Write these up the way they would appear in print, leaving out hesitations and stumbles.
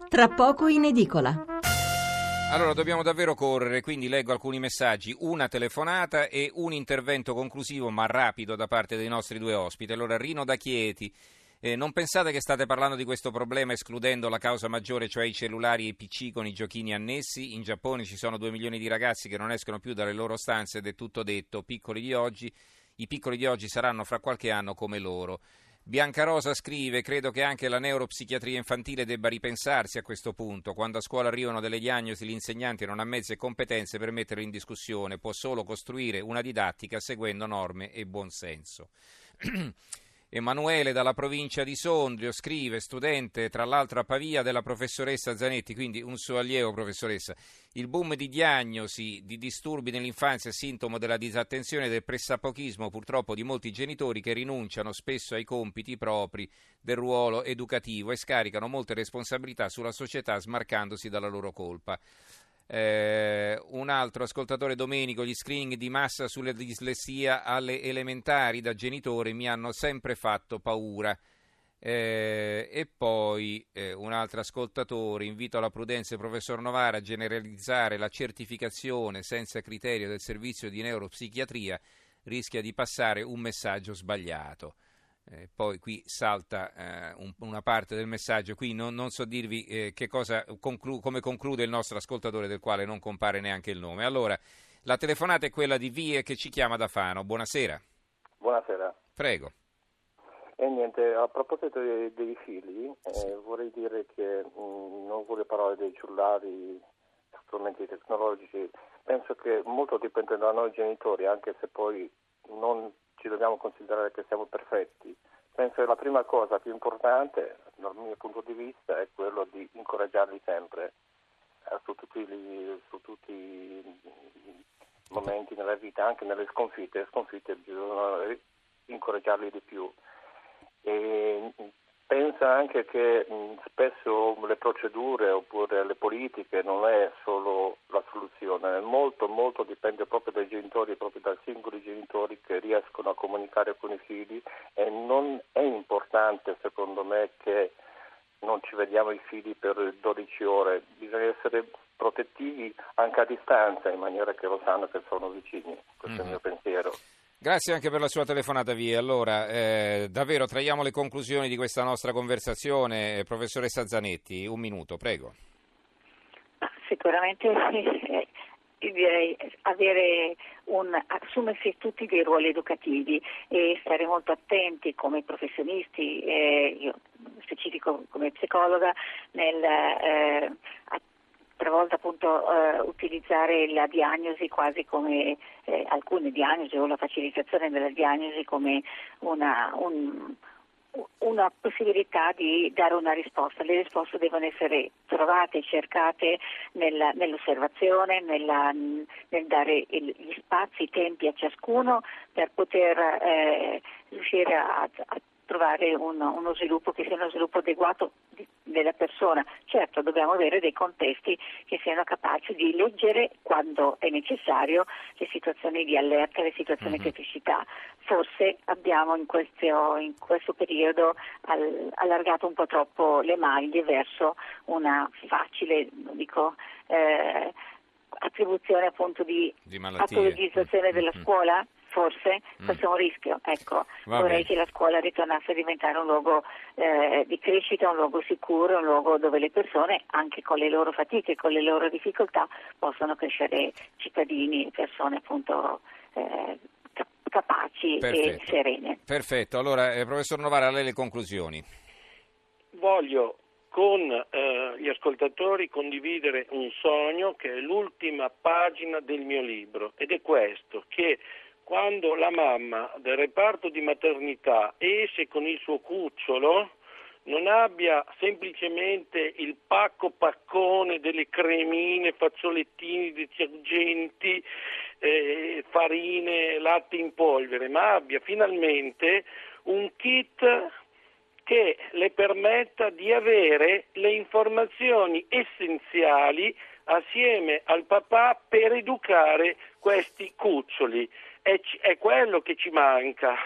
tra poco in edicola. Allora, dobbiamo davvero correre, quindi leggo alcuni messaggi, una telefonata e un intervento conclusivo ma rapido da parte dei nostri due ospiti. Allora, Rino da Chieti, non pensate che state parlando di questo problema escludendo la causa maggiore, cioè i cellulari e i PC con i giochini annessi? In Giappone ci sono 2 milioni di ragazzi che non escono più dalle loro stanze ed è tutto detto. I piccoli di oggi saranno fra qualche anno come loro. Biancarosa scrive: credo che anche la neuropsichiatria infantile debba ripensarsi a questo punto. Quando a scuola arrivano delle diagnosi, l'insegnante non ha mezze competenze per metterle in discussione, può solo costruire una didattica seguendo norme e buonsenso. Emanuele dalla provincia di Sondrio scrive, studente tra l'altro a Pavia della professoressa Zanetti, quindi un suo allievo, professoressa: il boom di diagnosi di disturbi nell'infanzia è sintomo della disattenzione e del pressapochismo purtroppo di molti genitori che rinunciano spesso ai compiti propri del ruolo educativo e scaricano molte responsabilità sulla società smarcandosi dalla loro colpa. Un altro ascoltatore, Domenico: gli screening di massa sulla dislessia alle elementari da genitore mi hanno sempre fatto paura. E poi un altro ascoltatore: invito alla prudenza il professor Novara a generalizzare la certificazione senza criterio del servizio di neuropsichiatria, rischia di passare un messaggio sbagliato. Poi qui salta una parte del messaggio, qui non so dirvi come conclude il nostro ascoltatore, del quale non compare neanche il nome. Allora, la telefonata è quella di Vie che ci chiama da Fano. Buonasera. Buonasera. Prego. E niente, a proposito dei figli, vorrei dire che non voglio parlare dei cellulari, strumenti tecnologici. Penso che molto dipende da noi genitori, anche se poi non ci dobbiamo considerare che siamo perfetti. Penso che la prima cosa più importante, dal mio punto di vista, è quello di incoraggiarli sempre su tutti i momenti nella vita, anche nelle sconfitte. Le sconfitte bisogna incoraggiarli di più. E pensa anche che spesso le procedure oppure le politiche non è solo la soluzione, molto dipende proprio dai genitori, proprio dai singoli genitori che riescono a comunicare con i figli, e non è importante secondo me che non ci vediamo i figli per 12 ore, bisogna essere protettivi anche a distanza in maniera che lo sanno che sono vicini, questo è il mio pensiero. Grazie anche per la sua telefonata, Via. Allora, davvero traiamo le conclusioni di questa nostra conversazione. Professoressa Zanetti, un minuto, prego. Sicuramente direi assumersi tutti dei ruoli educativi e stare molto attenti come professionisti, io specifico come psicologa, nel talvolta appunto utilizzare la diagnosi quasi come alcune diagnosi o la facilitazione della diagnosi come una possibilità di dare una risposta. Le risposte devono essere trovate, cercate nell'osservazione, nel dare gli spazi, i tempi a ciascuno per poter riuscire a trovare uno sviluppo che sia uno sviluppo adeguato della persona. Certo, dobbiamo avere dei contesti che siano capaci di leggere, quando è necessario, le situazioni di allerta, le situazioni di criticità. Forse abbiamo in questo periodo allargato un po' troppo le maglie verso una facile, attribuzione appunto di patologizzazione della scuola. Forse questo è un rischio. Ecco, vorrei che la scuola ritornasse a diventare un luogo di crescita, un luogo sicuro, un luogo dove le persone, anche con le loro fatiche, con le loro difficoltà, possono crescere cittadini, persone appunto capaci e serene. Perfetto. Allora, professor Novara, a lei le conclusioni. Voglio con gli ascoltatori condividere un sogno che è l'ultima pagina del mio libro, ed è questo: che quando la mamma del reparto di maternità esce con il suo cucciolo non abbia semplicemente il paccone delle cremine, fazzolettini, detergenti, farine, latte in polvere, ma abbia finalmente un kit che le permetta di avere le informazioni essenziali assieme al papà per educare questi cuccioli. È quello che ci manca.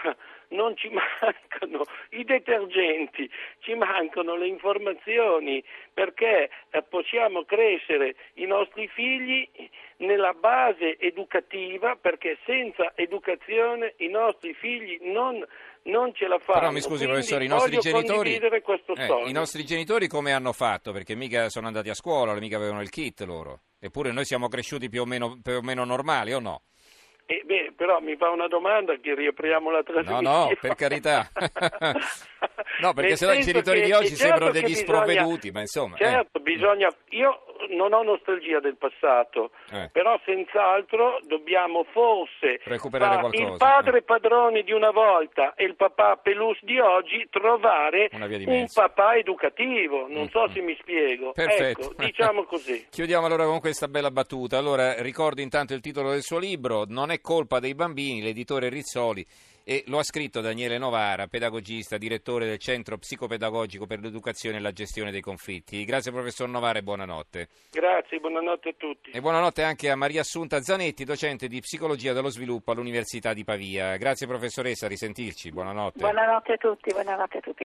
non ci mancano i detergenti, ci mancano le informazioni, perché possiamo crescere i nostri figli nella base educativa, perché senza educazione i nostri figli non ce la fanno. Però mi scusi, quindi professore, i nostri genitori come hanno fatto? Perché mica sono andati a scuola, mica avevano il kit loro. Eppure noi siamo cresciuti più o meno normali, o no? Però mi fa una domanda che riapriamo la trasmissione. No, per carità. No, perché sennò i genitori di oggi sembrano degli sprovveduti, ma insomma. Certo, bisogna. Io non ho nostalgia del passato, però senz'altro dobbiamo forse recuperare qualcosa. Il padre padrone di una volta e il papà pelus di oggi trovare un papà educativo. Non so se mi spiego. Perfetto. Ecco, diciamo così. Chiudiamo allora con questa bella battuta. Allora, ricordo intanto il titolo del suo libro, Non è colpa dei bambini, l'editore Rizzoli, e lo ha scritto Daniele Novara, pedagogista, direttore del Centro Psicopedagogico per l'Educazione e la Gestione dei Conflitti. Grazie professor Novara e buonanotte. Grazie, buonanotte a tutti. E buonanotte anche a Maria Assunta Zanetti, docente di Psicologia dello Sviluppo all'Università di Pavia. Grazie professoressa, a risentirci, buonanotte. Buonanotte a tutti, buonanotte a tutti.